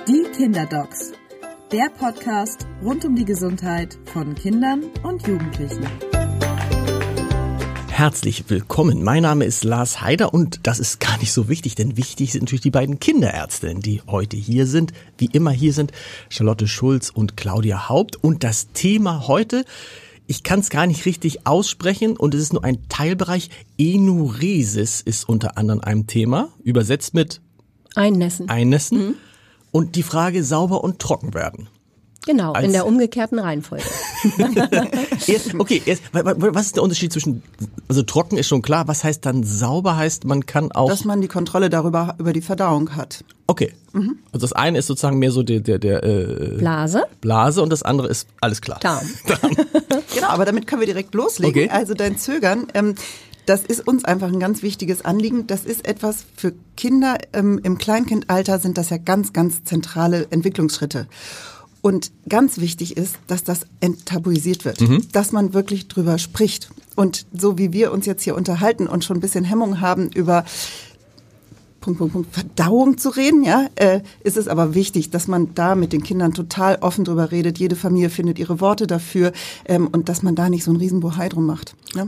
Die Kinderdocs, der Podcast rund um die Gesundheit von Kindern und Jugendlichen. Herzlich willkommen. Mein Name ist Lars Heider und das ist gar nicht so wichtig, denn wichtig sind natürlich die beiden Kinderärztinnen, die heute hier sind, wie immer hier sind, Charlotte Schulz und Claudia Haupt. Und das Thema heute, ich kann es gar nicht richtig aussprechen und es ist nur ein Teilbereich, Enuresis ist unter anderem ein Thema, übersetzt mit Einnässen. Einnässen. Und die Frage, sauber und trocken werden. Genau, in der umgekehrten Reihenfolge. Was ist der Unterschied zwischen, also trocken ist schon klar, was heißt dann sauber, heißt man kann auch... Dass man die Kontrolle darüber, über die Verdauung hat. Okay, also das eine ist sozusagen mehr so der Blase und das andere ist, alles klar. Darm. Genau, aber damit können wir direkt loslegen. Okay. Also dein Zögern, das ist uns einfach ein ganz wichtiges Anliegen. Das ist etwas für Kinder, im Kleinkindalter sind das ja ganz, ganz zentrale Entwicklungsschritte. Und ganz wichtig ist, dass das enttabuisiert wird, dass man wirklich drüber spricht. Und so wie wir uns jetzt hier unterhalten und schon ein bisschen Hemmung haben, über Verdauung zu reden, ist es aber wichtig, dass man da mit den Kindern total offen drüber redet. Jede Familie findet ihre Worte dafür und dass man da nicht so einen riesen Bohai drum macht. Ja?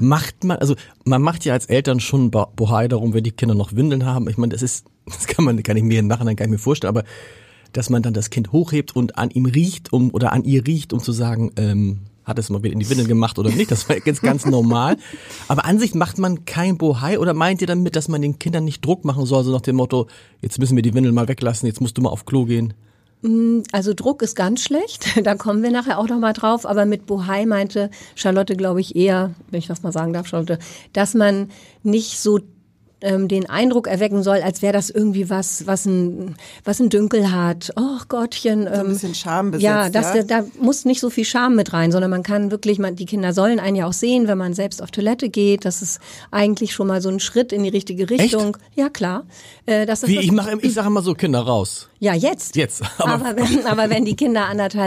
Man macht ja als Eltern schon Bohai darum, wenn die Kinder noch Windeln haben. Ich meine, das kann ich mir im Nachhinein gar nicht mehr vorstellen, aber dass man dann das Kind hochhebt und an ihm riecht, oder an ihr riecht, um zu sagen, hat es mal wieder in die Windeln gemacht oder nicht, das war jetzt ganz normal. Aber an sich macht man kein Bohai oder meint ihr damit, dass man den Kindern nicht Druck machen soll, so nach dem Motto, jetzt müssen wir die Windeln mal weglassen, jetzt musst du mal auf Klo gehen? Also Druck ist ganz schlecht, da kommen wir nachher auch noch mal drauf, aber mit Bohai meinte Charlotte, glaube ich, eher, wenn ich das mal sagen darf, Charlotte, dass man nicht so den Eindruck erwecken soll, als wäre das irgendwie was ein Dünkel hat. Oh Gottchen. So ein bisschen Scham besetzt. Ja, da muss nicht so viel Scham mit rein, sondern man kann wirklich, die Kinder sollen einen ja auch sehen, wenn man selbst auf Toilette geht. Das ist eigentlich schon mal so ein Schritt in die richtige Richtung. Echt? Ja, klar. Ich sage immer so, Kinder raus. Ja, jetzt. Aber wenn die Kinder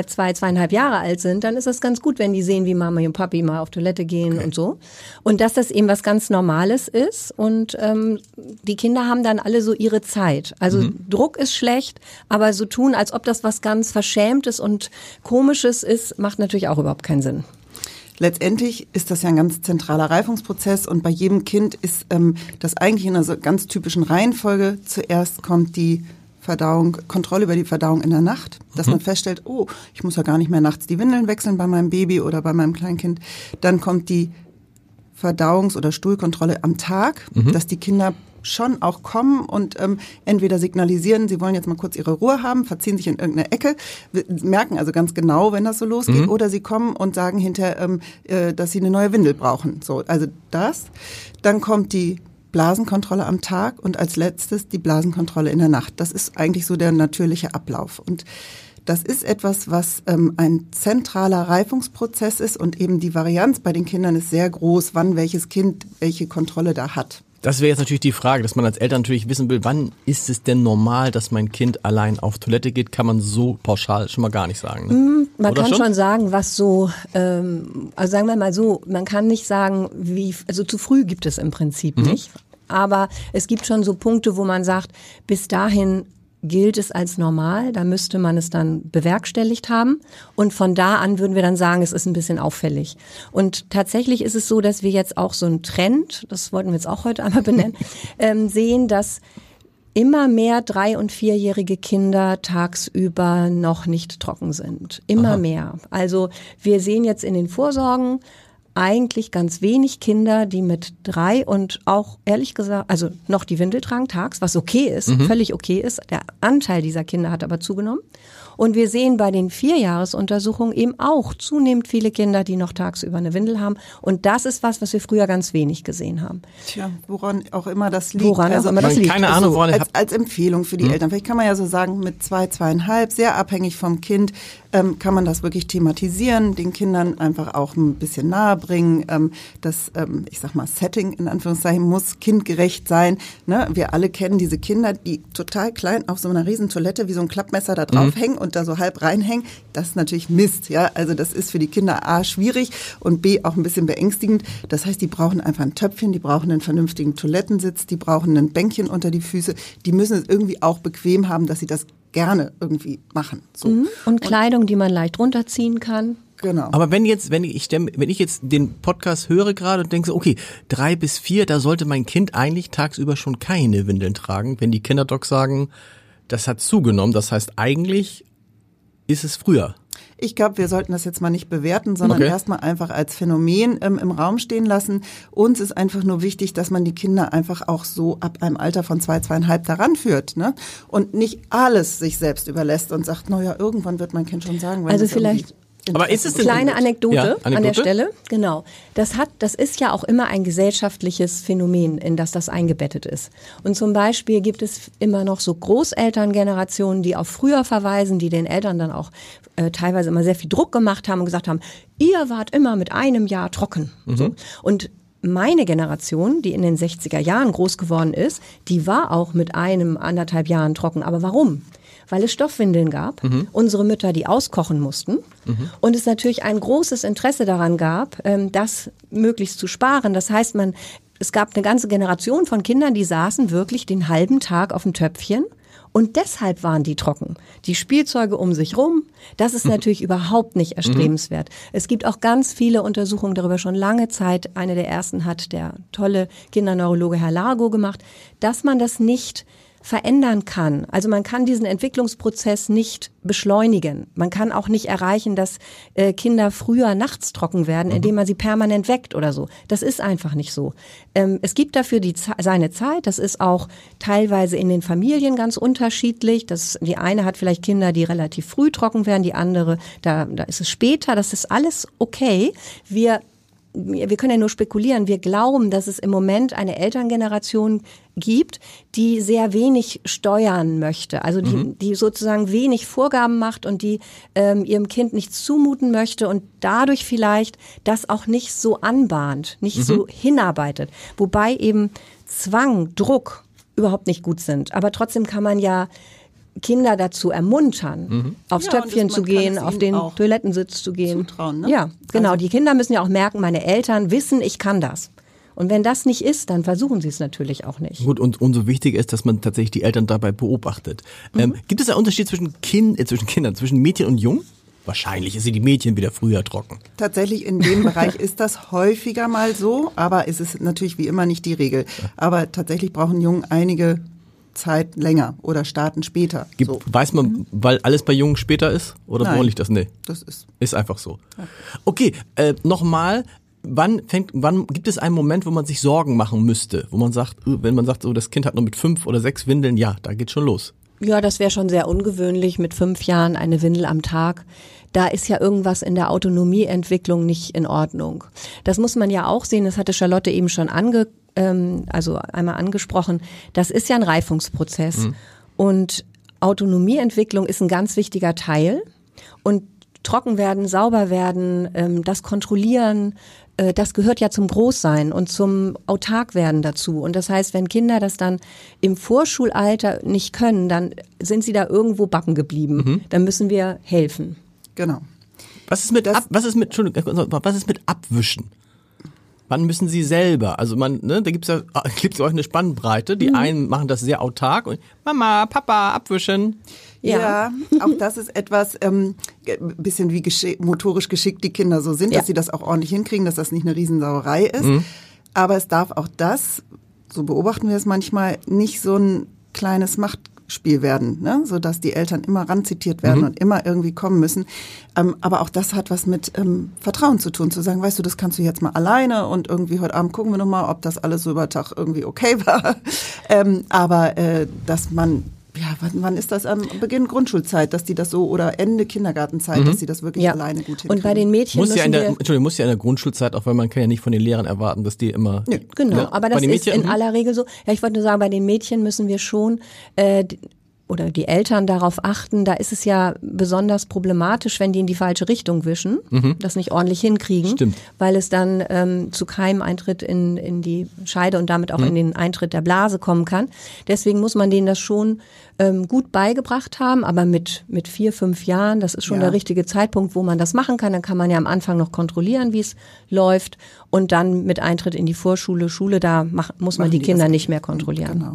2,5 Jahre alt sind, dann ist es ganz gut, wenn die sehen, wie Mama und Papi mal auf Toilette gehen und so. Und dass das eben was ganz Normales ist und die Kinder haben dann alle so ihre Zeit. Also Druck ist schlecht, aber so tun, als ob das was ganz Verschämtes und Komisches ist, macht natürlich auch überhaupt keinen Sinn. Letztendlich ist das ja ein ganz zentraler Reifungsprozess und bei jedem Kind ist das eigentlich in einer so ganz typischen Reihenfolge. Zuerst kommt die Verdauung, Kontrolle über die Verdauung in der Nacht, dass man feststellt, oh, ich muss ja gar nicht mehr nachts die Windeln wechseln bei meinem Baby oder bei meinem Kleinkind. Dann kommt die Verdauungs- oder Stuhlkontrolle am Tag, dass die Kinder schon auch kommen und entweder signalisieren, sie wollen jetzt mal kurz ihre Ruhe haben, verziehen sich in irgendeine Ecke, merken also ganz genau, wenn das so losgeht, oder sie kommen und sagen hinterher, dass sie eine neue Windel brauchen. So, also das. Dann kommt die Blasenkontrolle am Tag und als letztes die Blasenkontrolle in der Nacht. Das ist eigentlich so der natürliche Ablauf. Und das ist etwas, was ein zentraler Reifungsprozess ist und eben die Varianz bei den Kindern ist sehr groß, wann welches Kind welche Kontrolle da hat. Das wäre jetzt natürlich die Frage, dass man als Eltern natürlich wissen will, wann ist es denn normal, dass mein Kind allein auf Toilette geht, kann man so pauschal schon mal gar nicht sagen. Ne? Man kann schon sagen, was so, also sagen wir mal so, man kann nicht sagen, also zu früh gibt es im Prinzip nicht, aber es gibt schon so Punkte, wo man sagt, bis dahin gilt es als normal, da müsste man es dann bewerkstelligt haben und von da an würden wir dann sagen, es ist ein bisschen auffällig. Und tatsächlich ist es so, dass wir jetzt auch so einen Trend, das wollten wir jetzt auch heute einmal benennen, sehen, dass immer mehr 3- und 4-jährige Kinder tagsüber noch nicht trocken sind. Immer mehr. Also wir sehen jetzt in den Vorsorgen eigentlich ganz wenig Kinder, die mit 3 und auch ehrlich gesagt, also noch die Windel tragen tags, was okay ist, völlig okay ist. Der Anteil dieser Kinder hat aber zugenommen. Und wir sehen bei den 4-Jahres-Untersuchungen eben auch zunehmend viele Kinder, die noch tagsüber eine Windel haben. Und das ist was wir früher ganz wenig gesehen haben. Tja, woran auch immer das liegt. Keine Ahnung, woran als Empfehlung für die Eltern. Vielleicht kann man ja so sagen, mit 2,5, sehr abhängig vom Kind, kann man das wirklich thematisieren, den Kindern einfach auch ein bisschen nahe bringen. Das, ich sag mal, Setting in Anführungszeichen muss kindgerecht sein. Ne? Wir alle kennen diese Kinder, die total klein auf so einer riesen Toilette wie so ein Klappmesser da drauf hängen und da so halb reinhängen. Das ist natürlich Mist. Ja? Also das ist für die Kinder A, schwierig und B, auch ein bisschen beängstigend. Das heißt, die brauchen einfach ein Töpfchen, die brauchen einen vernünftigen Toilettensitz, die brauchen ein Bänkchen unter die Füße. Die müssen es irgendwie auch bequem haben, dass sie das gerne irgendwie machen. So. Und Kleidung, die man leicht runterziehen kann. Genau. Aber wenn ich jetzt den Podcast höre gerade und denke so, okay, 3 bis 4, da sollte mein Kind eigentlich tagsüber schon keine Windeln tragen, wenn die Kinderdocs sagen, das hat zugenommen, das heißt eigentlich ist es früher. Ich glaube, wir sollten das jetzt mal nicht bewerten, sondern erstmal einfach als Phänomen im Raum stehen lassen. Uns ist einfach nur wichtig, dass man die Kinder einfach auch so ab einem Alter von 2, 2,5 daran führt, ne? Und nicht alles sich selbst überlässt und sagt, naja, irgendwann wird mein Kind schon sagen, wenn also es vielleicht Aber ist es denn kleine Anekdote Anekdote an der Stelle, genau. Das ist ja auch immer ein gesellschaftliches Phänomen, in das eingebettet ist. Und zum Beispiel gibt es immer noch so Großelterngenerationen, die auf früher verweisen, die den Eltern dann auch teilweise immer sehr viel Druck gemacht haben und gesagt haben, ihr wart immer mit einem Jahr trocken. So. Und meine Generation, die in den 60er Jahren groß geworden ist, die war auch mit 1,5 Jahren trocken. Aber warum? Weil es Stoffwindeln gab, unsere Mütter, die auskochen mussten und es natürlich ein großes Interesse daran gab, das möglichst zu sparen. Das heißt, es gab eine ganze Generation von Kindern, die saßen wirklich den halben Tag auf dem Töpfchen und deshalb waren die trocken. Die Spielzeuge um sich rum, das ist natürlich überhaupt nicht erstrebenswert. Es gibt auch ganz viele Untersuchungen darüber, schon lange Zeit, eine der ersten hat der tolle Kinderneurologe Herr Largo gemacht, dass man das nicht verändern kann. Also man kann diesen Entwicklungsprozess nicht beschleunigen. Man kann auch nicht erreichen, dass Kinder früher nachts trocken werden, indem man sie permanent weckt oder so. Das ist einfach nicht so. Es gibt dafür seine Zeit. Das ist auch teilweise in den Familien ganz unterschiedlich. Die eine hat vielleicht Kinder, die relativ früh trocken werden, die andere, da ist es später. Das ist alles okay. Wir können ja nur spekulieren. Wir glauben, dass es im Moment eine Elterngeneration gibt, die sehr wenig steuern möchte. Also die sozusagen wenig Vorgaben macht und die ihrem Kind nichts zumuten möchte und dadurch vielleicht das auch nicht so anbahnt, nicht so hinarbeitet. Wobei eben Zwang, Druck überhaupt nicht gut sind. Aber trotzdem kann man ja Kinder dazu ermuntern, aufs Töpfchen zu gehen, auf den Toilettensitz zu gehen. Zutrauen, ne? Ja, genau. Also die Kinder müssen ja auch merken, meine Eltern wissen, ich kann das. Und wenn das nicht ist, dann versuchen sie es natürlich auch nicht. Gut, und umso wichtiger ist, dass man tatsächlich die Eltern dabei beobachtet. Gibt es einen Unterschied zwischen Kindern, zwischen Mädchen und Jungen? Wahrscheinlich sind die Mädchen wieder früher trocken. Tatsächlich in dem Bereich ist das häufiger mal so, aber es ist natürlich wie immer nicht die Regel. Aber tatsächlich brauchen Jungen einige Zeit länger oder starten später. So. Weiß man, weil alles bei Jungen später ist? Oder woran liegt das? Nee. Das ist einfach so. Ja. Okay, nochmal, wann gibt es einen Moment, wo man sich Sorgen machen müsste? Wo man sagt, wenn man sagt, so das Kind hat nur mit 5 oder 6 Windeln, ja, da geht's schon los. Ja, das wäre schon sehr ungewöhnlich, mit 5 Jahren eine Windel am Tag. Da ist ja irgendwas in der Autonomieentwicklung nicht in Ordnung. Das muss man ja auch sehen, das hatte Charlotte eben schon einmal angesprochen. Das ist ja ein Reifungsprozess. Und Autonomieentwicklung ist ein ganz wichtiger Teil. Und trocken werden, sauber werden, das Kontrollieren, das gehört ja zum Großsein und zum Autarkwerden dazu. Und das heißt, wenn Kinder das dann im Vorschulalter nicht können, dann sind sie da irgendwo backen geblieben. Dann müssen wir helfen. Genau. Was ist mit Abwischen? Wann müssen sie selber? Also da gibt's ja auch eine Spannbreite. Die einen machen das sehr autark und Mama, Papa, abwischen. Ja, auch das ist etwas, bisschen wie motorisch geschickt die Kinder so sind, dass sie das auch ordentlich hinkriegen, dass das nicht eine Riesensauerei ist. Aber es darf auch das, so beobachten wir es manchmal, nicht so ein kleines Machtspiel werden, ne? Sodass die Eltern immer ranzitiert werden und immer irgendwie kommen müssen. Aber auch das hat was mit Vertrauen zu tun, zu sagen, weißt du, das kannst du jetzt mal alleine und irgendwie heute Abend gucken wir nochmal, ob das alles so über Tag irgendwie okay war. Dass man, wann ist das? Am Beginn Grundschulzeit, dass die das so, oder Ende Kindergartenzeit, dass sie das wirklich alleine gut hinkriegen. Und bei den Mädchen muss ja in der Grundschulzeit, auch weil man kann ja nicht von den Lehrern erwarten, dass die immer... Ja, genau, aber das ist in aller Regel so. Ja, ich wollte nur sagen, bei den Mädchen müssen wir schon... oder die Eltern darauf achten, da ist es ja besonders problematisch, wenn die in die falsche Richtung wischen, das nicht ordentlich hinkriegen, Stimmt. weil es dann zu Keimeintritt in die Scheide und damit auch in den Eintritt der Blase kommen kann. Deswegen muss man denen das schon gut beigebracht haben, aber mit 4, 5 Jahren, das ist schon der richtige Zeitpunkt, wo man das machen kann. Dann kann man ja am Anfang noch kontrollieren, wie es läuft, und dann mit Eintritt in die Vorschule, Schule, da muss man die Kinder nicht mehr kontrollieren. Genau.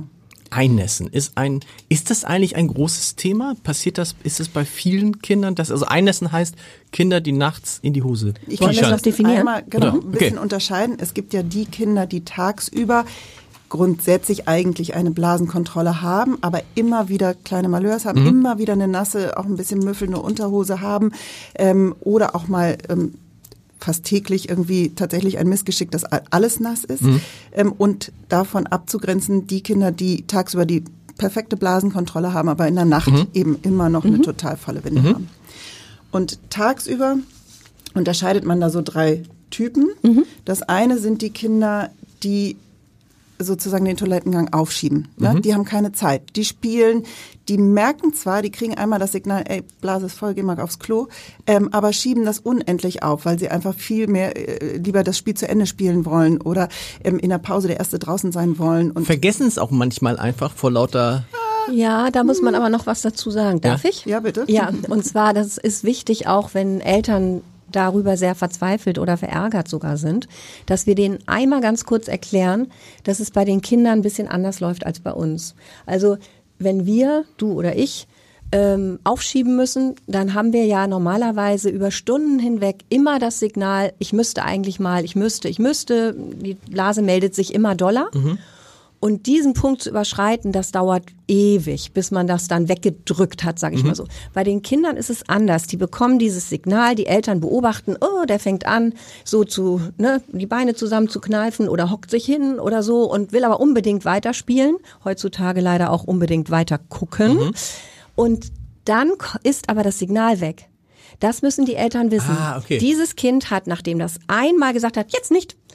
Einnässen. Ist das eigentlich ein großes Thema? Ist es bei vielen Kindern? Also Einnässen heißt Kinder, die nachts in die Hose Ich Wollen wir das noch definieren? einmal ein bisschen unterscheiden. Es gibt ja die Kinder, die tagsüber grundsätzlich eigentlich eine Blasenkontrolle haben, aber immer wieder kleine Malheurs haben, immer wieder eine nasse, auch ein bisschen müffelnde Unterhose haben oder auch mal fast täglich irgendwie tatsächlich ein Missgeschick, dass alles nass ist und davon abzugrenzen die Kinder, die tagsüber die perfekte Blasenkontrolle haben, aber in der Nacht eben immer noch eine total volle Windel haben. Und tagsüber unterscheidet man da so 3 Typen. Das eine sind die Kinder, die sozusagen den Toilettengang aufschieben. Ne? Die haben keine Zeit. Die spielen, die merken zwar, die kriegen einmal das Signal, ey, Blase ist voll, geh mal aufs Klo, aber schieben das unendlich auf, weil sie einfach viel mehr lieber das Spiel zu Ende spielen wollen oder in der Pause der Erste draußen sein wollen. Und vergessen es auch manchmal einfach vor lauter... Ja, da muss man aber noch was dazu sagen. Darf ich? Ja, bitte. Ja, und zwar, das ist wichtig auch, wenn Eltern darüber sehr verzweifelt oder verärgert sogar sind, dass wir denen einmal ganz kurz erklären, dass es bei den Kindern ein bisschen anders läuft als bei uns. Also wenn wir, du oder ich, aufschieben müssen, dann haben wir ja normalerweise über Stunden hinweg immer das Signal, ich müsste eigentlich mal, ich müsste, die Blase meldet sich immer doller. Und diesen Punkt zu überschreiten, das dauert ewig, bis man das dann weggedrückt hat, sage ich mal so. Bei den Kindern ist es anders. Die bekommen dieses Signal, die Eltern beobachten, oh, der fängt an, so die Beine zusammen zu kneifen oder hockt sich hin oder so und will aber unbedingt weiterspielen. Heutzutage leider auch unbedingt weiter gucken. Und dann ist aber das Signal weg. Das müssen die Eltern wissen. Okay. Dieses Kind hat, nachdem das einmal gesagt hat, jetzt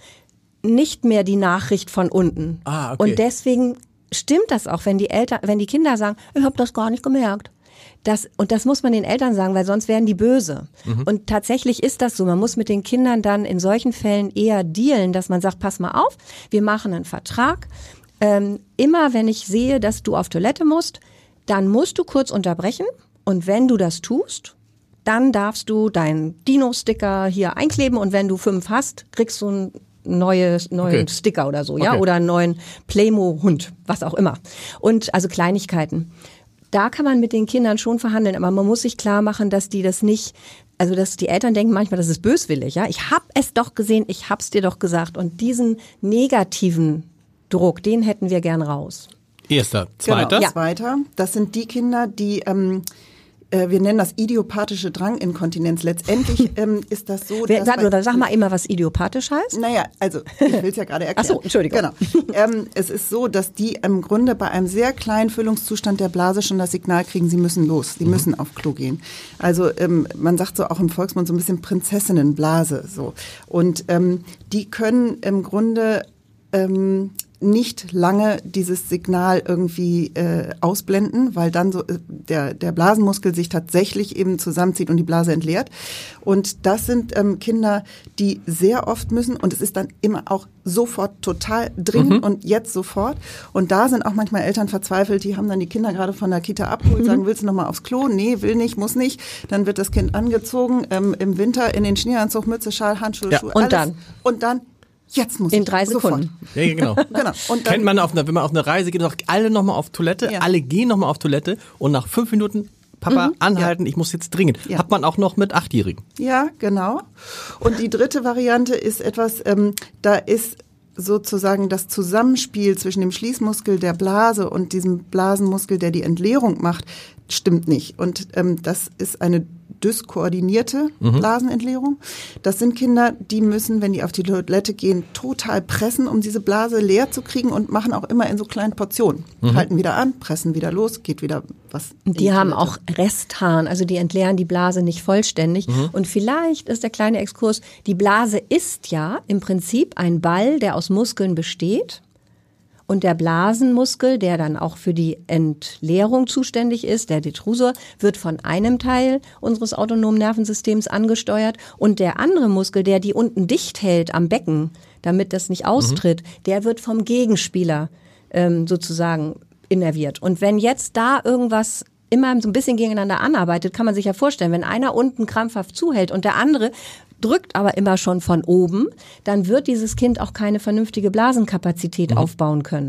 nicht mehr die Nachricht von unten. Okay. Und deswegen stimmt das auch, wenn die Kinder sagen, ich habe das gar nicht gemerkt. Und das muss man den Eltern sagen, weil sonst werden die böse. Und tatsächlich ist das so. Man muss mit den Kindern dann in solchen Fällen eher dealen, dass man sagt, pass mal auf, wir machen einen Vertrag. Immer wenn ich sehe, dass du auf Toilette musst, dann musst du kurz unterbrechen. Und wenn du das tust, dann darfst du deinen Dino-Sticker hier einkleben. Und wenn du 5 hast, kriegst du einen neuen Sticker oder so, ja, oder einen neuen Playmo-Hund, was auch immer. Und also Kleinigkeiten. Da kann man mit den Kindern schon verhandeln, aber man muss sich klar machen, dass die das nicht, also dass die Eltern denken manchmal, das ist böswillig, ja. Ich hab es doch gesehen, ich hab's dir doch gesagt. Und diesen negativen Druck, den hätten wir gern raus. Erster. Zweiter? Genau, Zweiter. Das sind die Kinder, die wir nennen das idiopathische Dranginkontinenz. Letztendlich ist das so, dass... Sag mal immer, was idiopathisch heißt. Naja, also ich will es ja gerade erklären. Ach so, Entschuldigung. Genau. Es ist so, dass die im Grunde bei einem sehr kleinen Füllungszustand der Blase schon das Signal kriegen, sie müssen los, sie müssen auf Klo gehen. Also man sagt so auch im Volksmund so ein bisschen Prinzessinnenblase. So. Und die können im Grunde... nicht lange dieses Signal irgendwie ausblenden, weil dann so der Blasenmuskel sich tatsächlich eben zusammenzieht und die Blase entleert. Und das sind Kinder, die sehr oft müssen und es ist dann immer auch sofort total dringend und jetzt sofort. Und da sind auch manchmal Eltern verzweifelt, die haben dann die Kinder gerade von der Kita abgeholt, sagen, willst du noch mal aufs Klo? Nee, will nicht, muss nicht. Dann wird das Kind angezogen, im Winter in den Schneeanzug, Mütze, Schal, Handschuhe, Schuhe, und alles. Und dann jetzt muss in 3 Sekunden. Ja, genau. Genau. Und dann, kennt man, wenn man auf eine Reise geht, sagt alle nochmal auf Toilette, alle gehen nochmal auf Toilette und nach 5 Minuten, Papa, anhalten, ich muss jetzt dringend. Ja. Hat man auch noch mit 8-Jährigen. Ja, genau. Und die dritte Variante ist etwas, da ist sozusagen das Zusammenspiel zwischen dem Schließmuskel der Blase und diesem Blasenmuskel, der die Entleerung macht, stimmt nicht. Und das ist eine dyskoordinierte Blasenentleerung. Das sind Kinder, die müssen, wenn die auf die Toilette gehen, total pressen, um diese Blase leer zu kriegen und machen auch immer in so kleinen Portionen. Halten wieder an, pressen wieder los, geht wieder was. Die haben auch Restharn, also die entleeren die Blase nicht vollständig. Und vielleicht ist der kleine Exkurs, die Blase ist ja im Prinzip ein Ball, der aus Muskeln besteht. Und der Blasenmuskel, der dann auch für die Entleerung zuständig ist, der Detrusor, wird von einem Teil unseres autonomen Nervensystems angesteuert. Und der andere Muskel, der die unten dicht hält am Becken, damit das nicht austritt, der wird vom Gegenspieler sozusagen innerviert. Und wenn jetzt da irgendwas immer so ein bisschen gegeneinander anarbeitet, kann man sich ja vorstellen, wenn einer unten krampfhaft zuhält und der andere drückt aber immer schon von oben, dann wird dieses Kind auch keine vernünftige Blasenkapazität aufbauen können.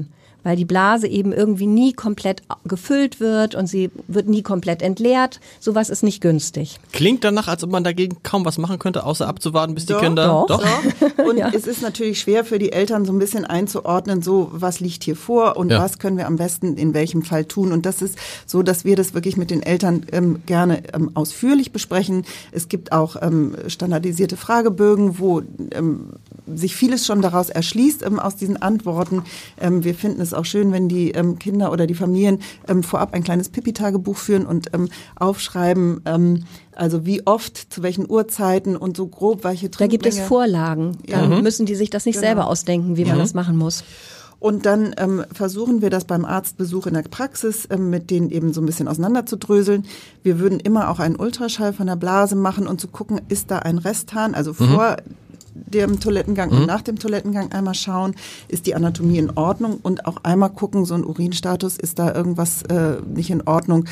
weil die Blase eben irgendwie nie komplett gefüllt wird und sie wird nie komplett entleert. Sowas ist nicht günstig. Klingt danach, als ob man dagegen kaum was machen könnte, außer abzuwarten, bis die Doch, Kinder... doch. Und es ist natürlich schwer für die Eltern so ein bisschen einzuordnen, so was liegt hier vor und was können wir am besten in welchem Fall tun. Und das ist so, dass wir das wirklich mit den Eltern gerne ausführlich besprechen. Es gibt auch standardisierte Fragebögen, wo sich vieles schon daraus erschließt aus diesen Antworten. Wir finden es auch schön, wenn die Kinder oder die Familien vorab ein kleines Pipi-Tagebuch führen und aufschreiben, also wie oft, zu welchen Uhrzeiten und so grob welche Trinkmenge. Da gibt es Vorlagen. Dann müssen die sich das nicht selber ausdenken, wie man das machen muss. Und dann versuchen wir das beim Arztbesuch in der Praxis mit denen eben so ein bisschen auseinanderzudröseln. Wir würden immer auch einen Ultraschall von der Blase machen und zu gucken, ist da ein Resthahn, also vor dem Toilettengang und nach dem Toilettengang einmal schauen, ist die Anatomie in Ordnung und auch einmal gucken, so ein Urinstatus, ist da irgendwas nicht in Ordnung,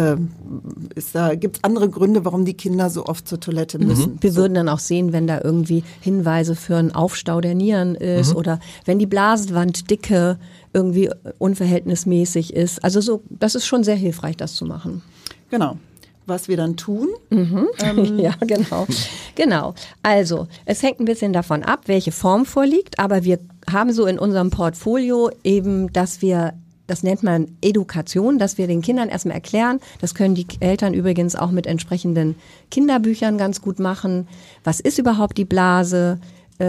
gibt's andere Gründe, warum die Kinder so oft zur Toilette müssen. Wir würden dann auch sehen, wenn da irgendwie Hinweise für einen Aufstau der Nieren ist oder wenn die Blasenwanddicke irgendwie unverhältnismäßig ist. Also so, das ist schon sehr hilfreich, das zu machen. Genau. Was wir dann tun. Ja, genau. Also, es hängt ein bisschen davon ab, welche Form vorliegt, aber wir haben so in unserem Portfolio eben, dass wir, das nennt man Education, dass wir den Kindern erstmal erklären, das können die Eltern übrigens auch mit entsprechenden Kinderbüchern ganz gut machen. Was ist überhaupt die Blase?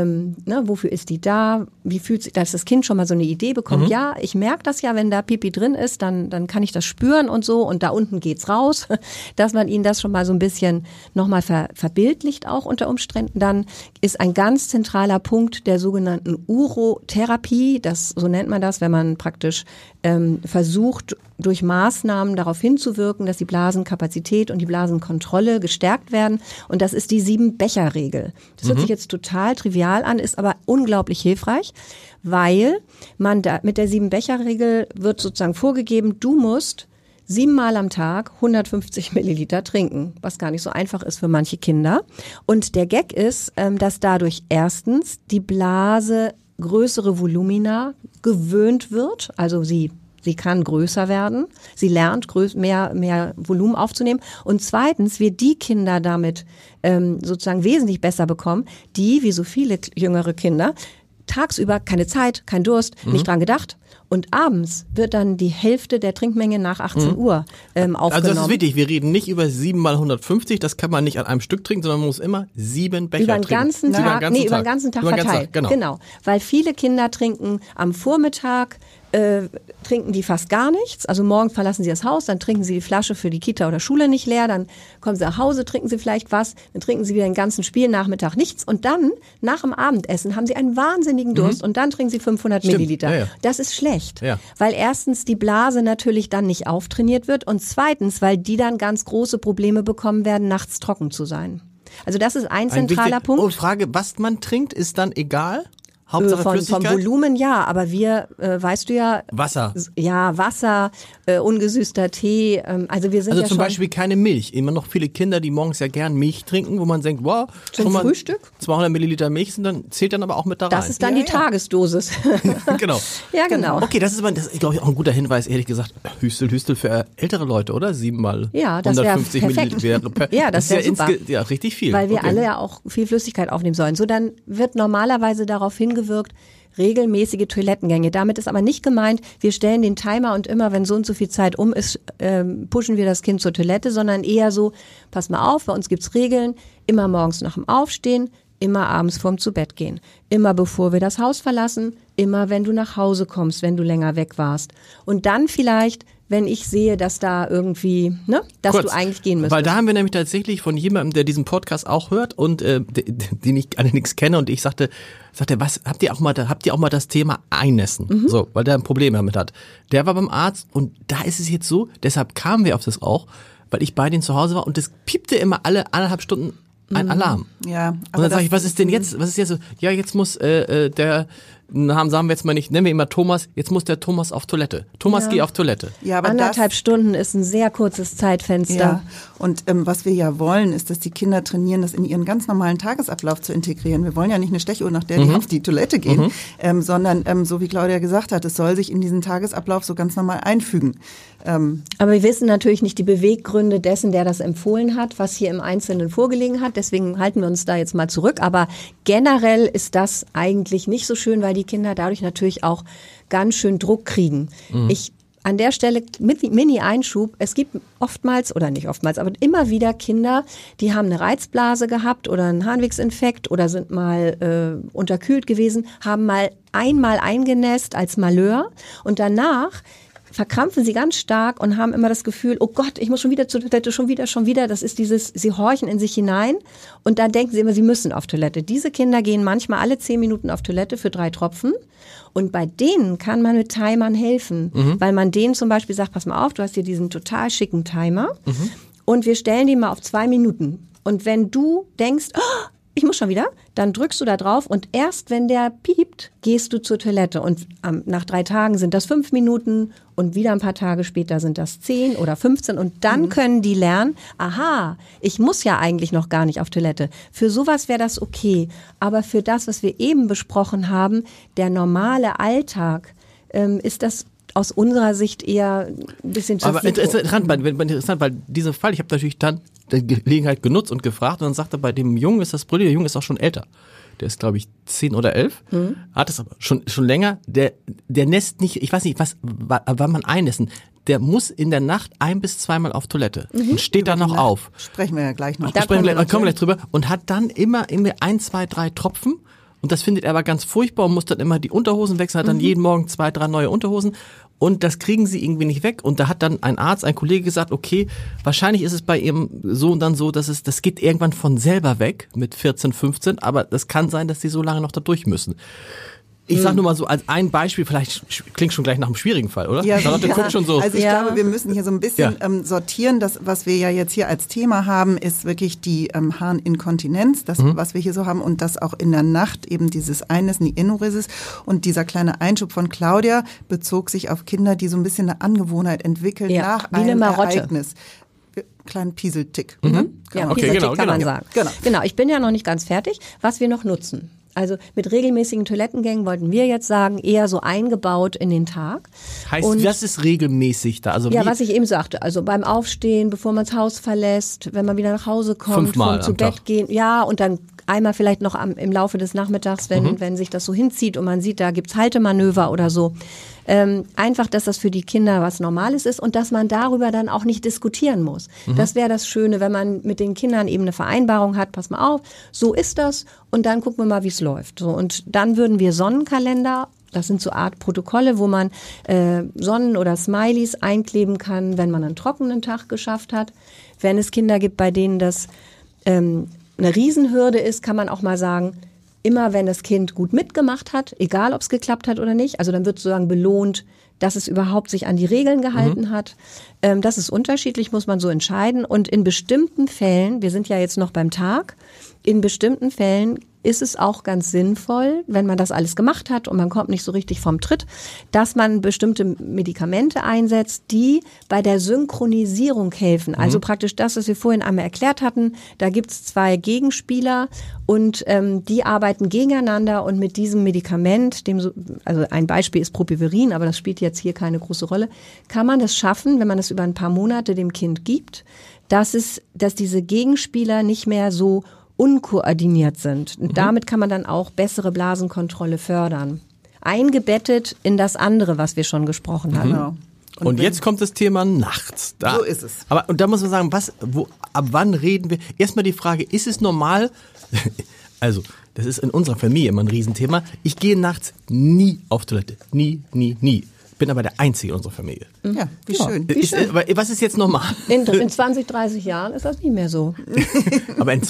Wofür ist die da? Wie fühlt sich, dass das Kind schon mal so eine Idee bekommt, ja, ich merke das ja, wenn da Pipi drin ist, dann kann ich das spüren und so und da unten geht's raus, dass man ihnen das schon mal so ein bisschen nochmal verbildlicht auch unter Umständen. Dann ist ein ganz zentraler Punkt der sogenannten Urotherapie, so nennt man das, wenn man praktisch versucht, durch Maßnahmen darauf hinzuwirken, dass die Blasenkapazität und die Blasenkontrolle gestärkt werden. Und das ist die 7-Becher-Regel. Das hört sich jetzt total trivial an, ist aber unglaublich hilfreich, weil man da mit der 7-Becher-Regel wird sozusagen vorgegeben, du musst 7-mal am Tag 150 Milliliter trinken, was gar nicht so einfach ist für manche Kinder. Und der Gag ist, dass dadurch erstens die Blase größere Volumina gewöhnt wird, also sie kann größer werden, sie lernt mehr Volumen aufzunehmen und zweitens wir die Kinder damit sozusagen wesentlich besser bekommen, die, wie so viele jüngere Kinder, tagsüber keine Zeit, kein Durst, nicht dran gedacht. Und abends wird dann die Hälfte der Trinkmenge nach 18 Uhr aufgenommen. Also das ist wichtig, wir reden nicht über 7 mal 150, das kann man nicht an einem Stück trinken, sondern man muss immer 7 Becher trinken. Über den ganzen Tag verteilt. Genau, weil viele Kinder trinken am Vormittag, trinken die fast gar nichts. Also morgens verlassen sie das Haus, dann trinken sie die Flasche für die Kita oder Schule nicht leer, dann kommen sie nach Hause, trinken sie vielleicht was, dann trinken sie wieder den ganzen Spielnachmittag nichts und dann, nach dem Abendessen, haben sie einen wahnsinnigen Durst und dann trinken sie 500 Milliliter. Ja. Das ist schlecht, weil erstens die Blase natürlich dann nicht auftrainiert wird und zweitens, weil die dann ganz große Probleme bekommen werden, nachts trocken zu sein. Also das ist ein zentraler Punkt. Und Frage, was man trinkt, ist dann egal? Hauptsache Flüssigkeit? Vom Volumen ja, aber wir, weißt du ja... Wasser. Ja, Wasser, ungesüßter Tee, also wir sind also ja zum schon... Beispiel keine Milch. Immer noch viele Kinder, die morgens ja gern Milch trinken, wo man denkt, wow, zum Frühstück? 200 Milliliter Milch sind dann, zählt dann aber auch mit da rein. Das ist dann die Tagesdosis. Genau. Ja, genau. Okay, das ist, glaube ich, auch ein guter Hinweis, ehrlich gesagt. Hüstel für ältere Leute, oder? 7 mal ja, das 150 Milliliter. Ja, das wäre super. Ja, richtig viel. Weil wir alle ja auch viel Flüssigkeit aufnehmen sollen. So, dann wird normalerweise darauf hingewirkt, regelmäßige Toilettengänge. Damit ist aber nicht gemeint, wir stellen den Timer und immer, wenn so und so viel Zeit um ist, pushen wir das Kind zur Toilette, sondern eher so, pass mal auf, bei uns gibt's Regeln, immer morgens nach dem Aufstehen, immer abends vorm Zubettgehen, immer bevor wir das Haus verlassen, immer wenn du nach Hause kommst, wenn du länger weg warst. Und dann vielleicht, wenn ich sehe, dass da irgendwie, dass du eigentlich gehen müsstest. Weil da haben wir nämlich tatsächlich von jemandem, der diesen Podcast auch hört und den ich allerdings kenne und ich sagte, was habt ihr auch mal das Thema Einnässen? So, weil der ein Problem damit hat. Der war beim Arzt und da ist es jetzt so, deshalb kamen wir auf das auch, weil ich bei denen zu Hause war und das piepte immer alle 1,5 Stunden ein Alarm. Ja. Und dann sage ich, was ist denn jetzt? Was ist jetzt so? Ja, jetzt muss der sagen wir jetzt mal nicht, nennen wir ihn mal Thomas, jetzt muss der Thomas auf Toilette. Thomas, geh auf Toilette. Ja, aber 1,5 Stunden ist ein sehr kurzes Zeitfenster. Ja, und was wir ja wollen, ist, dass die Kinder trainieren, das in ihren ganz normalen Tagesablauf zu integrieren. Wir wollen ja nicht eine Stechuhr, nach der die auf die Toilette gehen, sondern so wie Claudia gesagt hat, es soll sich in diesen Tagesablauf so ganz normal einfügen. Aber wir wissen natürlich nicht die Beweggründe dessen, der das empfohlen hat, was hier im Einzelnen vorgelegen hat. Deswegen halten wir uns da jetzt mal zurück. Aber generell ist das eigentlich nicht so schön, weil die Kinder dadurch natürlich auch ganz schön Druck kriegen. An der Stelle Mini-Einschub, es gibt oftmals, oder nicht oftmals, aber immer wieder Kinder, die haben eine Reizblase gehabt oder einen Harnwegsinfekt oder sind mal unterkühlt gewesen, haben mal einmal eingenässt als Malheur und danach verkrampfen sie ganz stark und haben immer das Gefühl, oh Gott, ich muss schon wieder zur Toilette, schon wieder. Das ist dieses, sie horchen in sich hinein und dann denken sie immer, sie müssen auf Toilette. Diese Kinder gehen manchmal alle 10 Minuten auf Toilette für 3 Tropfen und bei denen kann man mit Timern helfen, weil man denen zum Beispiel sagt, pass mal auf, du hast hier diesen total schicken Timer und wir stellen die mal auf 2 Minuten. Und wenn du denkst, oh, ich muss schon wieder, dann drückst du da drauf und erst wenn der piept, gehst du zur Toilette und nach 3 Tagen sind das 5 Minuten und wieder ein paar Tage später sind das 10 oder 15 und dann können die lernen, aha, ich muss ja eigentlich noch gar nicht auf Toilette. Für sowas wäre das okay, aber für das, was wir eben besprochen haben, der normale Alltag, ist das aus unserer Sicht eher ein bisschen zu viel. Aber interessant, weil diesen Fall, ich habe natürlich dann die Gelegenheit genutzt und gefragt und dann sagte bei dem Jungen ist das Brille, der Junge ist auch schon älter. Der ist, glaube ich, 10 oder 11, hat es aber schon länger. Der nässt nicht, ich weiß nicht, wann man einnässen. Der muss in der Nacht 1- bis 2-mal auf Toilette und steht dann noch auf. Sprechen wir ja gleich noch. Kommen wir gleich drüber. Und hat dann immer 1, 2, 3 Tropfen. Und das findet er aber ganz furchtbar und muss dann immer die Unterhosen wechseln, hat dann jeden Morgen 2, 3 neue Unterhosen. Und das kriegen sie irgendwie nicht weg. Und da hat dann ein Kollege gesagt, okay, wahrscheinlich ist es bei ihrem Sohn dann so, dass das geht irgendwann von selber weg mit 14, 15. Aber das kann sein, dass sie so lange noch da durch müssen. Ich sag nur mal so als ein Beispiel, vielleicht klingt schon gleich nach einem schwierigen Fall, oder? Ja, Charlotte guckt schon so. Also ich glaube, wir müssen hier so ein bisschen sortieren. Das, was wir ja jetzt hier als Thema haben, ist wirklich die Harninkontinenz, das, was wir hier so haben und das auch in der Nacht eben dieses Einnässen, die Enuresis. Und dieser kleine Einschub von Claudia bezog sich auf Kinder, die so ein bisschen eine Angewohnheit entwickeln nach einem Ereignis. Kleinen Pieseltick. Ja, okay, Pieseltick kann man sagen. Genau, ich bin ja noch nicht ganz fertig. Was wir noch nutzen. Also mit regelmäßigen Toilettengängen wollten wir jetzt sagen, eher so eingebaut in den Tag. Heißt, was ist regelmäßig da? Also was ich eben sagte, also beim Aufstehen, bevor man das Haus verlässt, wenn man wieder nach Hause kommt, vom zu Bett gehen, und dann einmal vielleicht noch im Laufe des Nachmittags, wenn sich das so hinzieht und man sieht, da gibt's Haltemanöver oder so. Einfach, dass das für die Kinder was Normales ist und dass man darüber dann auch nicht diskutieren muss. Das wäre das Schöne, wenn man mit den Kindern eben eine Vereinbarung hat, pass mal auf, so ist das und dann gucken wir mal, wie es läuft. So, und dann würden wir Sonnenkalender, das sind so Art Protokolle, wo man Sonnen- oder Smileys einkleben kann, wenn man einen trockenen Tag geschafft hat. Wenn es Kinder gibt, bei denen das eine Riesenhürde ist, kann man auch mal sagen, immer wenn das Kind gut mitgemacht hat, egal ob es geklappt hat oder nicht, also dann wird sozusagen belohnt, dass es überhaupt sich an die Regeln gehalten hat. Das ist unterschiedlich, muss man so entscheiden. Und in bestimmten Fällen, wir sind ja jetzt noch beim Tag, in bestimmten Fällen ist es auch ganz sinnvoll, wenn man das alles gemacht hat und man kommt nicht so richtig vom Tritt, dass man bestimmte Medikamente einsetzt, die bei der Synchronisierung helfen. Also praktisch das, was wir vorhin einmal erklärt hatten, da gibt's 2 Gegenspieler und die arbeiten gegeneinander und mit diesem Medikament, also ein Beispiel ist Propiverin, aber das spielt jetzt hier keine große Rolle, kann man das schaffen, wenn man das über ein paar Monate dem Kind gibt, dass diese Gegenspieler nicht mehr so unkoordiniert sind. Und damit kann man dann auch bessere Blasenkontrolle fördern. Eingebettet in das andere, was wir schon gesprochen haben. Genau. Und jetzt kommt das Thema nachts. So ist es. Aber und da muss man sagen, ab wann reden wir? Erstmal die Frage, ist es normal? Also, das ist in unserer Familie immer ein Riesenthema. Ich gehe nachts nie auf Toilette. Nie. Bin aber der Einzige in unserer Familie. Ja, wie schön. Was ist jetzt normal? In 20, 30 Jahren ist das nicht mehr so. Aber in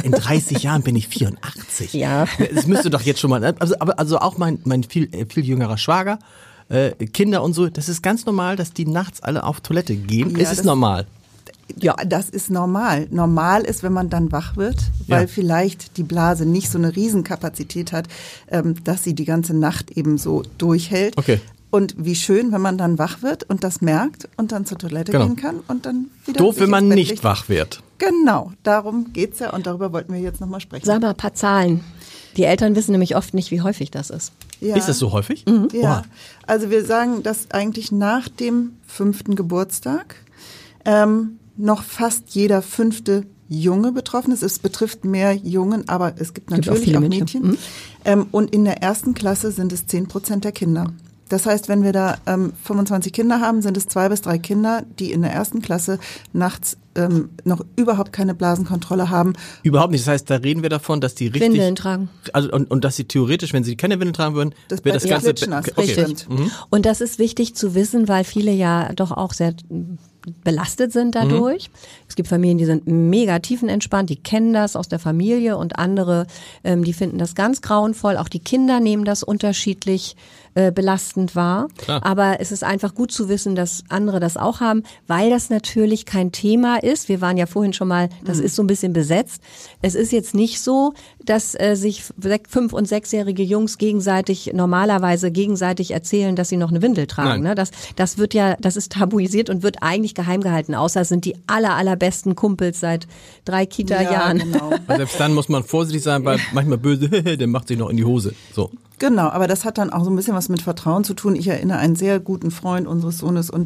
30 Jahren bin ich 84. Ja. Das müsste doch jetzt schon mal, also auch mein viel jüngerer Schwager, Kinder und so, das ist ganz normal, dass die nachts alle auf Toilette gehen. Ja, es ist normal. Ja. Das ist normal. Normal ist, wenn man dann wach wird, weil vielleicht die Blase nicht so eine Riesenkapazität hat, dass sie die ganze Nacht eben so durchhält. Okay. Und wie schön, wenn man dann wach wird und das merkt und dann zur Toilette gehen kann und dann wieder. Doof, sich wenn man ins Bett nicht legt. wach wird. Genau, darum geht's ja und darüber wollten wir jetzt nochmal sprechen. Sag mal ein paar Zahlen. Die Eltern wissen nämlich oft nicht, wie häufig das ist. Ja. Ist das so häufig? Ja, Oha. also wir sagen, dass eigentlich nach dem 5. Geburtstag noch fast jeder 5. Junge betroffen ist. Es betrifft mehr Jungen, aber es gibt natürlich auch viele auch Mädchen. Mädchen. Und in der 1. Klasse sind es 10% der Kinder. Das heißt, wenn wir da 25 Kinder haben, sind es 2 bis 3 Kinder, die in der 1. Klasse nachts noch überhaupt keine Blasenkontrolle haben. Überhaupt nicht. Das heißt, da reden wir davon, dass die richtig... Windeln tragen. Also und dass sie theoretisch, wenn sie keine Windeln tragen würden, Das wäre das Bett Ganze... klitschnass, Okay. richtig. Und das ist wichtig zu wissen, weil viele ja doch auch sehr belastet sind dadurch. Es gibt Familien, die sind mega tiefenentspannt, die kennen das aus der Familie und andere, die finden das ganz grauenvoll. Auch die Kinder nehmen das unterschiedlich belastend wahr. Klar. Aber es ist einfach gut zu wissen, dass andere das auch haben, weil das natürlich kein Thema ist. Wir waren ja vorhin schon mal, das ist so ein bisschen besetzt. Es ist jetzt nicht so, dass sich 5- und 6-jährige Jungs normalerweise gegenseitig erzählen, dass sie noch eine Windel tragen. Ne? Das wird ja, das ist tabuisiert und wird eigentlich geheim gehalten, außer es sind die allerbesten Kumpels seit 3 Kita-Jahren. Ja, genau. Also selbst dann muss man vorsichtig sein, weil manchmal böse, der macht sich noch in die Hose. So. Genau, aber das hat dann auch so ein bisschen was mit Vertrauen zu tun. Ich erinnere einen sehr guten Freund unseres Sohnes und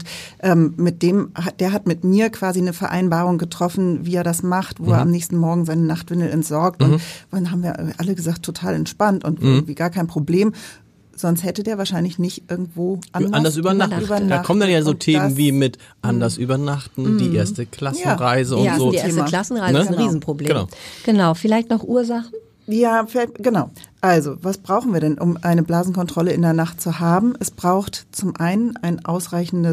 der hat mit mir quasi eine Vereinbarung getroffen, wie er das macht, wo er am nächsten Morgen seine Nachtwindel entsorgt. Und dann haben wir alle gesagt, total entspannt und irgendwie gar kein Problem. Sonst hätte der wahrscheinlich nicht irgendwo Anders übernachten. Da kommen dann ja so Und Themen das- wie mit anders übernachten, die erste Klassenreise und Ja, so. die erste Thema. Klassenreise Ne? ist ein Genau. Riesenproblem. Genau, vielleicht noch Ursachen? Ja, genau. Also, was brauchen wir denn, um eine Blasenkontrolle in der Nacht zu haben? Es braucht zum einen eine ausreichende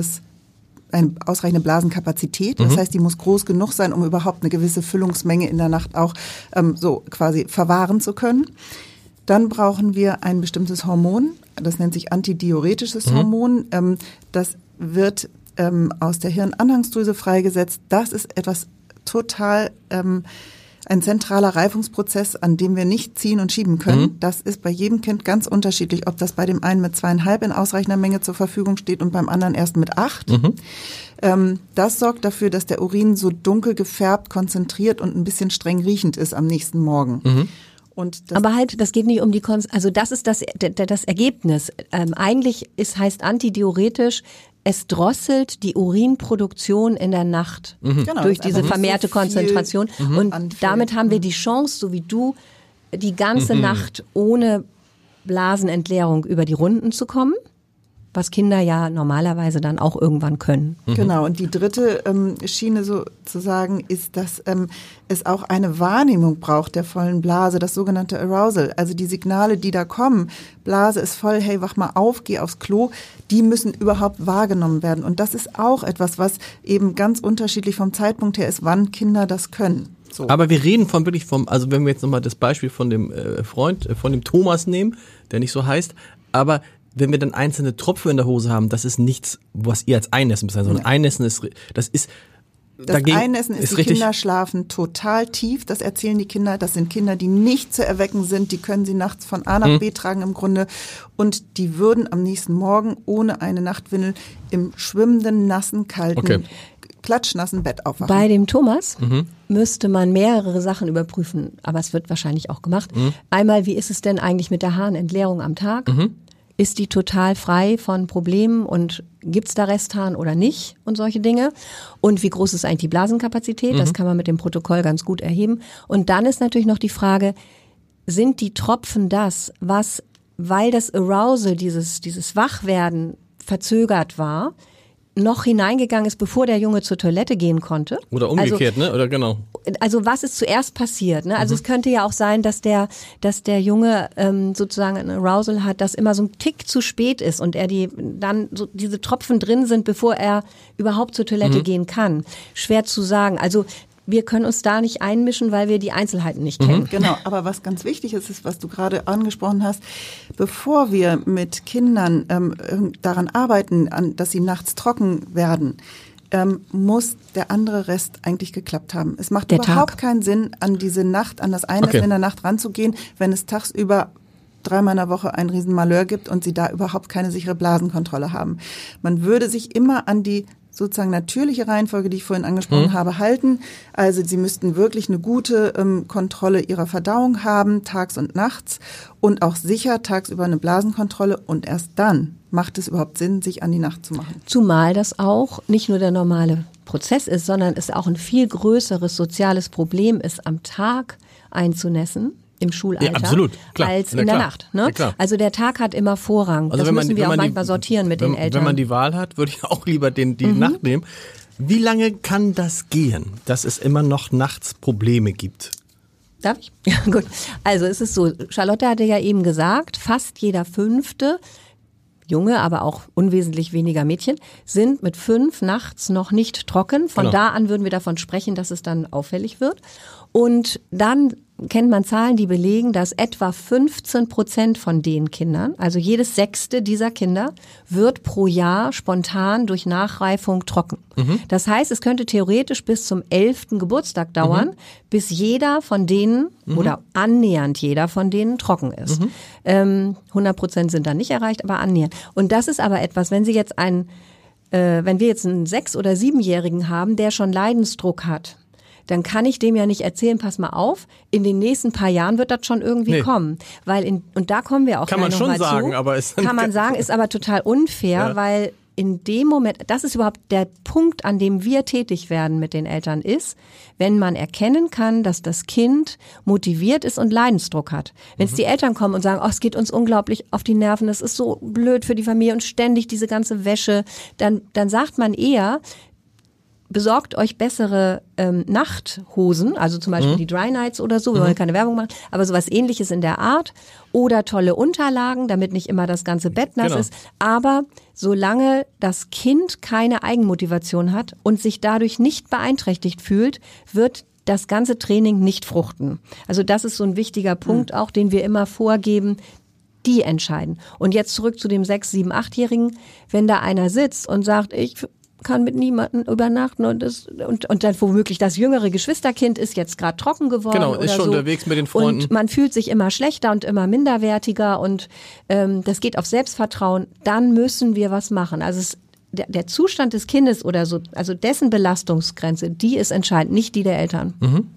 Blasenkapazität. Das heißt, die muss groß genug sein, um überhaupt eine gewisse Füllungsmenge in der Nacht auch so quasi verwahren zu können. Dann brauchen wir ein bestimmtes Hormon. Das nennt sich antidiuretisches Hormon. Das wird aus der Hirnanhangsdrüse freigesetzt. Das ist etwas total ein zentraler Reifungsprozess, an dem wir nicht ziehen und schieben können. Das ist bei jedem Kind ganz unterschiedlich, ob das bei dem einen mit 2,5 in ausreichender Menge zur Verfügung steht und beim anderen erst mit 8. Das sorgt dafür, dass der Urin so dunkel gefärbt, konzentriert und ein bisschen streng riechend ist am nächsten Morgen. Und das Aber halt, das geht nicht um die also das ist das Ergebnis. Eigentlich heißt antidiuretisch, es drosselt die Urinproduktion in der Nacht Genau, durch ist diese einfach vermehrte nicht so viel Konzentration. Und anfällt. damit haben wir die Chance, so wie du, die ganze Nacht ohne Blasenentleerung über die Runden zu kommen, was Kinder ja normalerweise dann auch irgendwann können. Genau, und die dritte Schiene sozusagen ist, dass es auch eine Wahrnehmung braucht der vollen Blase, das sogenannte Arousal. Also die Signale, die da kommen, Blase ist voll, hey, wach mal auf, geh aufs Klo, die müssen überhaupt wahrgenommen werden. Und das ist auch etwas, was eben ganz unterschiedlich vom Zeitpunkt her ist, wann Kinder das können. So. Aber wir reden also wenn wir jetzt nochmal das Beispiel von dem Freund, von dem Thomas nehmen, der nicht so heißt, aber wenn wir dann einzelne Tropfen in der Hose haben, das ist nichts, was ihr als Einnässen bezeichnet, sondern Einnässen ist, Das Einnässen ist, die richtig, Kinder schlafen total tief, das erzählen die Kinder, das sind Kinder, die nicht zu erwecken sind, die können sie nachts von A nach B tragen im Grunde und die würden am nächsten Morgen ohne eine Nachtwindel im schwimmenden, nassen, kalten, klatschnassen Bett aufwachen. Bei dem Thomas müsste man mehrere Sachen überprüfen, aber es wird wahrscheinlich auch gemacht. Einmal, wie ist es denn eigentlich mit der Harnentleerung am Tag? Ist die total frei von Problemen und gibt's da Restharn oder nicht und solche Dinge? Und wie groß ist eigentlich die Blasenkapazität? Das kann man mit dem Protokoll ganz gut erheben. Und dann ist natürlich noch die Frage, sind die Tropfen das, weil das Arousal, dieses Wachwerden verzögert war, noch hineingegangen ist, bevor der Junge zur Toilette gehen konnte? oder umgekehrt, ne? Oder genau. Also was ist zuerst passiert? Ne? Also es könnte ja auch sein, dass der Junge sozusagen ein Arousal hat, das immer so ein Tick zu spät ist und er diese Tropfen drin sind, bevor er überhaupt zur Toilette gehen kann. Schwer zu sagen. Also wir können uns da nicht einmischen, weil wir die Einzelheiten nicht kennen. Genau, aber was ganz wichtig ist, was du gerade angesprochen hast, bevor wir mit Kindern daran arbeiten, dass sie nachts trocken werden, muss der andere Rest eigentlich geklappt haben. Es macht überhaupt keinen Sinn, an diese Nacht, an das Einessen in der Nacht ranzugehen, wenn es tagsüber 3-mal in der Woche ein Riesenmalheur gibt und sie da überhaupt keine sichere Blasenkontrolle haben. Man würde sich immer an die sozusagen natürliche Reihenfolge, die ich vorhin angesprochen habe, halten. Also sie müssten wirklich eine gute Kontrolle ihrer Verdauung haben, tags und nachts, und auch sicher tagsüber eine Blasenkontrolle, und erst dann macht es überhaupt Sinn, sich an die Nacht zu machen. Zumal das auch nicht nur der normale Prozess ist, sondern es auch ein viel größeres soziales Problem ist, am Tag einzunässen. Im Schulalter, ja, absolut. Klar. Als in der Nacht. Ne? Also der Tag hat immer Vorrang. Also das müssen wir auch manchmal sortieren mit den Eltern. Wenn man die Wahl hat, würde ich auch lieber die Nacht nehmen. Wie lange kann das gehen, dass es immer noch nachts Probleme gibt? Darf ich? Ja, gut. Also es ist so, Charlotte hatte ja eben gesagt, fast jeder 5. Junge, aber auch unwesentlich weniger Mädchen, sind mit 5 nachts noch nicht trocken. Von da an würden wir davon sprechen, dass es dann auffällig wird. Und dann kennt man Zahlen, die belegen, dass etwa 15% von den Kindern, also jedes 6. dieser Kinder, wird pro Jahr spontan durch Nachreifung trocken. Das heißt, es könnte theoretisch bis zum 11. Geburtstag dauern, bis jeder von denen oder annähernd jeder von denen trocken ist. 100% sind dann nicht erreicht, aber annähernd. Und das ist aber etwas, wenn wir jetzt einen 6- oder 7-Jährigen haben, der schon Leidensdruck hat, dann kann ich dem ja nicht erzählen, pass mal auf, in den nächsten paar Jahren wird das schon irgendwie kommen. Und da kommen wir auch kann man schon sagen, zu. Aber ist kann man sagen, ist aber total unfair, weil in dem Moment, das ist überhaupt der Punkt, an dem wir tätig werden mit den Eltern, ist, wenn man erkennen kann, dass das Kind motiviert ist und Leidensdruck hat. Wenn es die Eltern kommen und sagen, es geht uns unglaublich auf die Nerven, das ist so blöd für die Familie und ständig diese ganze Wäsche, dann sagt man eher, besorgt euch bessere Nachthosen, also zum Beispiel die Dry Nights oder so, wir wollen keine Werbung machen, aber sowas Ähnliches in der Art, oder tolle Unterlagen, damit nicht immer das ganze Bett nass ist. Aber solange das Kind keine Eigenmotivation hat und sich dadurch nicht beeinträchtigt fühlt, wird das ganze Training nicht fruchten. Also das ist so ein wichtiger Punkt auch, den wir immer vorgeben. Die entscheiden. Und jetzt zurück zu dem 6-, 7-, 8-Jährigen. Wenn da einer sitzt und sagt, ich kann mit niemandem übernachten und dann womöglich das jüngere Geschwisterkind ist jetzt gerade trocken geworden. Genau, ist schon unterwegs mit den Freunden. Und man fühlt sich immer schlechter und immer minderwertiger und das geht auf Selbstvertrauen. Dann müssen wir was machen. Also der Zustand des Kindes oder so, also dessen Belastungsgrenze, die ist entscheidend, nicht die der Eltern.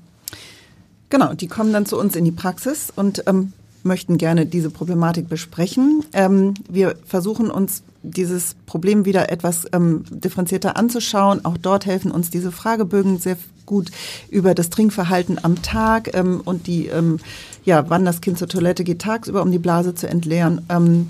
Genau, die kommen dann zu uns in die Praxis und möchten gerne diese Problematik besprechen. Wir versuchen uns dieses Problem wieder etwas differenzierter anzuschauen. Auch dort helfen uns diese Fragebögen sehr gut über das Trinkverhalten am Tag und die, wann das Kind zur Toilette geht tagsüber, um die Blase zu entleeren.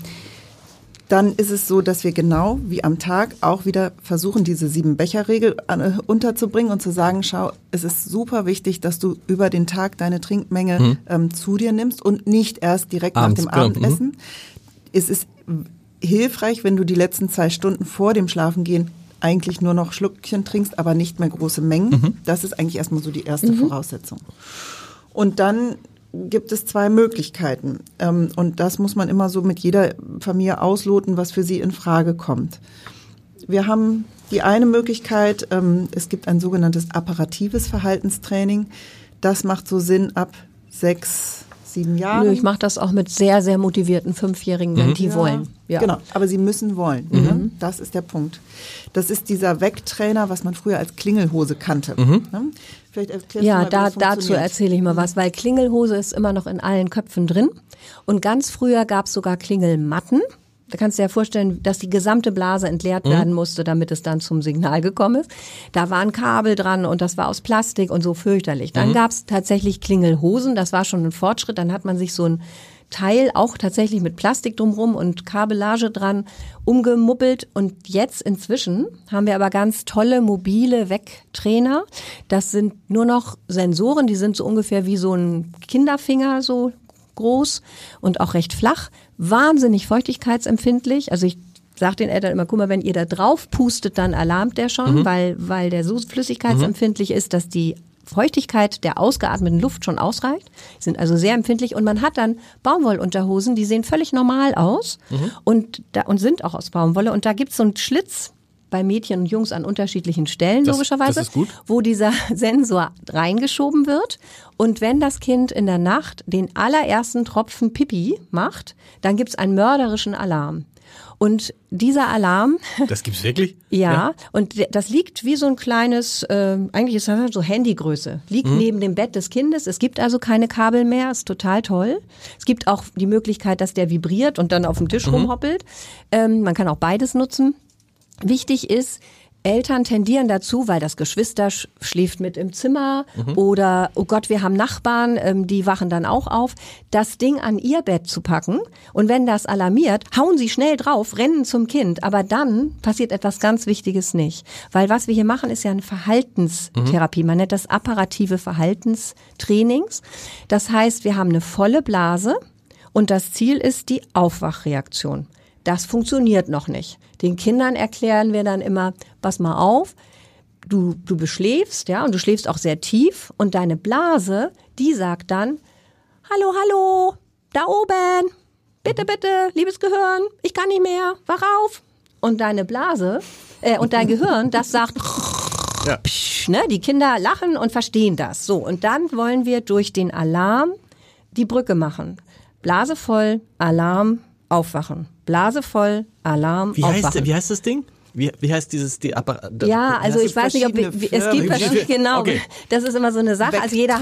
Dann ist es so, dass wir genau wie am Tag auch wieder versuchen, diese 7-Becher-Regel unterzubringen und zu sagen, schau, es ist super wichtig, dass du über den Tag deine Trinkmenge zu dir nimmst und nicht erst direkt abends, nach dem Abendessen. Es ist hilfreich, wenn du die letzten 2 Stunden vor dem Schlafengehen eigentlich nur noch Schluckchen trinkst, aber nicht mehr große Mengen. Das ist eigentlich erstmal so die erste Voraussetzung. Und dann gibt es 2 Möglichkeiten. Und das muss man immer so mit jeder Familie ausloten, was für sie in Frage kommt. Wir haben die eine Möglichkeit, es gibt ein sogenanntes apparatives Verhaltenstraining. Das macht so Sinn ab 6, 7 Jahren. Nö, ich mache das auch mit sehr, sehr motivierten 5-Jährigen, wenn die wollen. Ja. Genau, aber sie müssen wollen. Ne? Das ist der Punkt. Das ist dieser Wegtrainer, was man früher als Klingelhose kannte. Ne? Vielleicht erklärst du mal, wie das dazu erzähle ich mal was, weil Klingelhose ist immer noch in allen Köpfen drin. Und ganz früher gab es sogar Klingelmatten. Da kannst du dir ja vorstellen, dass die gesamte Blase entleert werden musste, damit es dann zum Signal gekommen ist. Da waren Kabel dran und das war aus Plastik und so fürchterlich. Dann gab es tatsächlich Klingelhosen, das war schon ein Fortschritt. Dann hat man sich so ein Teil auch tatsächlich mit Plastik drumherum und Kabellage dran umgemuppelt. Und jetzt inzwischen haben wir aber ganz tolle mobile Wegtrainer. Das sind nur noch Sensoren, die sind so ungefähr wie so ein Kinderfinger, so groß und auch recht flach, wahnsinnig feuchtigkeitsempfindlich. Also ich sage den Eltern immer, guck mal, wenn ihr da drauf pustet, dann alarmt der schon, weil der so flüssigkeitsempfindlich ist, dass die Feuchtigkeit der ausgeatmeten Luft schon ausreicht. Die sind also sehr empfindlich und man hat dann Baumwollunterhosen, die sehen völlig normal aus und sind auch aus Baumwolle und da gibt's so einen Schlitz bei Mädchen und Jungs an unterschiedlichen Stellen, logischerweise, das ist gut. wo dieser Sensor reingeschoben wird. Und wenn das Kind in der Nacht den allerersten Tropfen Pipi macht, dann gibt's einen mörderischen Alarm. Und dieser Alarm... Das gibt's wirklich? Ja, und das liegt wie so ein kleines, eigentlich ist das so Handygröße, liegt neben dem Bett des Kindes. Es gibt also keine Kabel mehr, ist total toll. Es gibt auch die Möglichkeit, dass der vibriert und dann auf dem Tisch rumhoppelt. Man kann auch beides nutzen. Wichtig ist, Eltern tendieren dazu, weil das Geschwister schläft mit im Zimmer oder, oh Gott, wir haben Nachbarn, die wachen dann auch auf, das Ding an ihr Bett zu packen. Und wenn das alarmiert, hauen sie schnell drauf, rennen zum Kind. Aber dann passiert etwas ganz Wichtiges nicht. Weil was wir hier machen, ist ja eine Verhaltenstherapie. Man nennt das apparative Verhaltenstrainings. Das heißt, wir haben eine volle Blase und das Ziel ist die Aufwachreaktion. Das funktioniert noch nicht. Den Kindern erklären wir dann immer, pass mal auf, du beschläfst, ja, und du schläfst auch sehr tief und deine Blase, die sagt dann, hallo, hallo, da oben, bitte, bitte, liebes Gehirn, ich kann nicht mehr, wach auf. Und deine Blase, und dein Gehirn, das sagt, psch, ne, die Kinder lachen und verstehen das. So, und dann wollen wir durch den Alarm die Brücke machen. Blase voll, Alarm, aufwachen. Blase voll, Alarm, aufwachen. Wie heißt das Ding? Wie heißt dieses Ja, also ich weiß nicht, ob es gibt verschiedene, genau. Okay. Das ist immer so eine Sache. Also jeder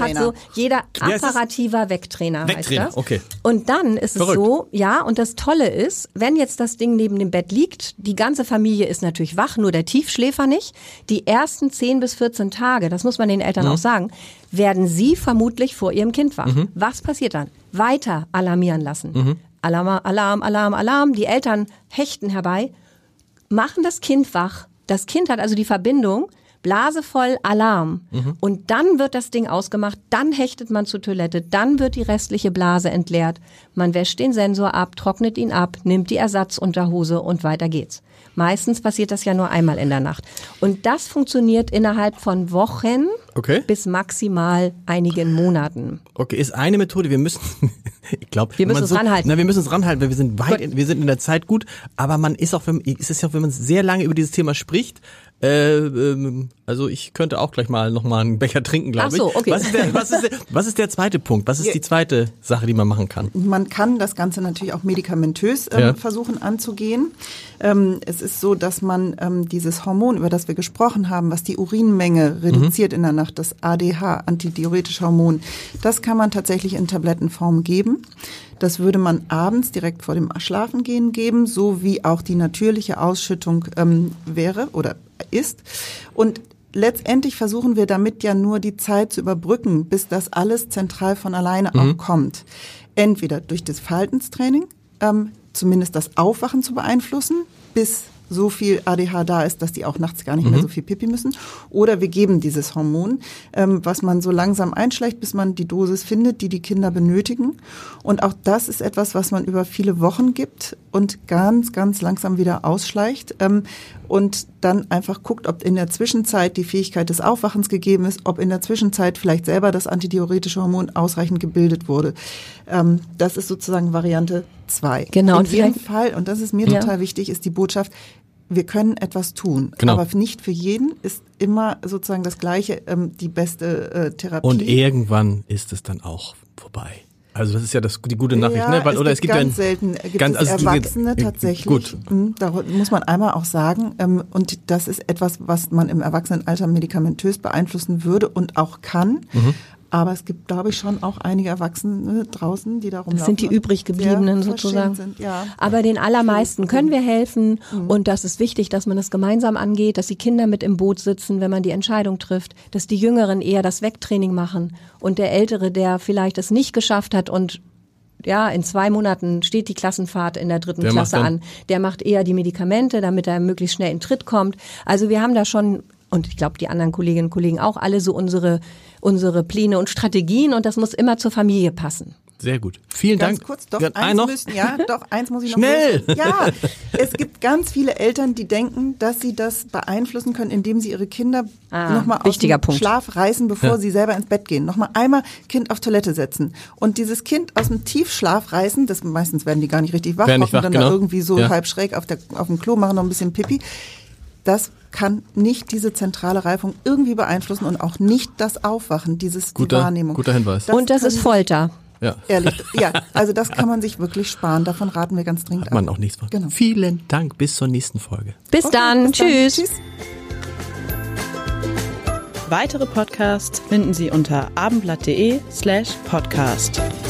apparativer Wegtrainer heißt das. Okay. Und dann ist es so, ja, und das Tolle ist, wenn jetzt das Ding neben dem Bett liegt, die ganze Familie ist natürlich wach, nur der Tiefschläfer nicht. Die ersten 10 bis 14 Tage, das muss man den Eltern auch sagen, werden sie vermutlich vor ihrem Kind wach. Was passiert dann? Weiter alarmieren lassen. Alarm, Alarm, Alarm, Alarm. Die Eltern hechten herbei, machen das Kind wach. Das Kind hat also die Verbindung, Blase voll, Alarm. Und dann wird das Ding ausgemacht, dann hechtet man zur Toilette, dann wird die restliche Blase entleert. Man wäscht den Sensor ab, trocknet ihn ab, nimmt die Ersatzunterhose und weiter geht's. Meistens passiert das ja nur einmal in der Nacht. Und das funktioniert innerhalb von Wochen bis maximal einigen Monaten. Okay, ist eine Methode, wir müssen, ich glaube, wir müssen uns ranhalten. Wir müssen uns ranhalten, weil wir sind wir sind in der Zeit gut, aber man ist auch, wenn man sehr lange über dieses Thema spricht, also ich könnte auch gleich mal nochmal einen Becher trinken, glaube ich. Ach so, okay. Was ist der zweite Punkt? Was ist die zweite Sache, die man machen kann? Man kann das Ganze natürlich auch medikamentös versuchen anzugehen. Es ist so, dass man dieses Hormon, über das wir gesprochen haben, was die Urinmenge reduziert in der Nacht, das ADH, antidiuretische Hormon, das kann man tatsächlich in Tablettenform geben. Das würde man abends direkt vor dem Schlafengehen geben, so wie auch die natürliche Ausschüttung wäre oder ist. Und letztendlich versuchen wir damit ja nur die Zeit zu überbrücken, bis das alles zentral von alleine auch kommt. Entweder durch das Verhaltenstraining, zumindest das Aufwachen zu beeinflussen, bis so viel ADH da ist, dass die auch nachts gar nicht mehr so viel Pipi müssen. Oder wir geben dieses Hormon, was man so langsam einschleicht, bis man die Dosis findet, die die Kinder benötigen. Und auch das ist etwas, was man über viele Wochen gibt und ganz, ganz langsam wieder ausschleicht. Und dann einfach guckt, ob in der Zwischenzeit die Fähigkeit des Aufwachens gegeben ist, ob in der Zwischenzeit vielleicht selber das antidiuretische Hormon ausreichend gebildet wurde. Das ist sozusagen Variante 2. Genau. In jedem Fall, und das ist mir total wichtig, ist die Botschaft, wir können etwas tun, aber nicht für jeden ist immer sozusagen das Gleiche die beste Therapie. Und irgendwann ist es dann auch vorbei. Also das ist ja die gute Nachricht, ne? Weil, es gibt ganz selten Erwachsene tatsächlich. Gut. Da muss man einmal auch sagen, und das ist etwas, was man im Erwachsenenalter medikamentös beeinflussen würde und auch kann. Aber es gibt, glaube ich, schon auch einige Erwachsene draußen, die da rumlaufen. Das sind die übrig gebliebenen sozusagen. Sind, ja. Aber den allermeisten können wir helfen. Und das ist wichtig, dass man das gemeinsam angeht, dass die Kinder mit im Boot sitzen, wenn man die Entscheidung trifft, dass die Jüngeren eher das Wegtraining machen und der Ältere, der vielleicht es nicht geschafft hat und ja, in 2 Monaten steht die Klassenfahrt in der 3. Klasse an. Der macht eher die Medikamente, damit er möglichst schnell in Tritt kommt. Also wir haben da schon, und ich glaube die anderen Kolleginnen und Kollegen auch, alle so unsere Pläne und Strategien und das muss immer zur Familie passen. Sehr gut. Vielen Dank. Ganz kurz, eins muss ich noch schnell. Ja, es gibt ganz viele Eltern, die denken, dass sie das beeinflussen können, indem sie ihre Kinder nochmal aus dem Schlaf reißen, bevor sie selber ins Bett gehen. Nochmal einmal Kind auf Toilette setzen. Und dieses Kind aus dem Tiefschlaf reißen, meistens werden die gar nicht richtig wach, hocken dann da irgendwie so halb schräg auf dem Klo, machen noch ein bisschen Pipi. das kann nicht diese zentrale Reifung irgendwie beeinflussen und auch nicht das Aufwachen, die Wahrnehmung. Guter Hinweis. Und das ist Folter. Ja. Ehrlich, ja, also das kann man sich wirklich sparen. Davon raten wir ganz dringend ab. Hat man auch nichts von. Genau. Vielen Dank. Bis zur nächsten Folge. Bis dann. Tschüss. Tschüss. Weitere Podcasts finden Sie unter abendblatt.de/podcast.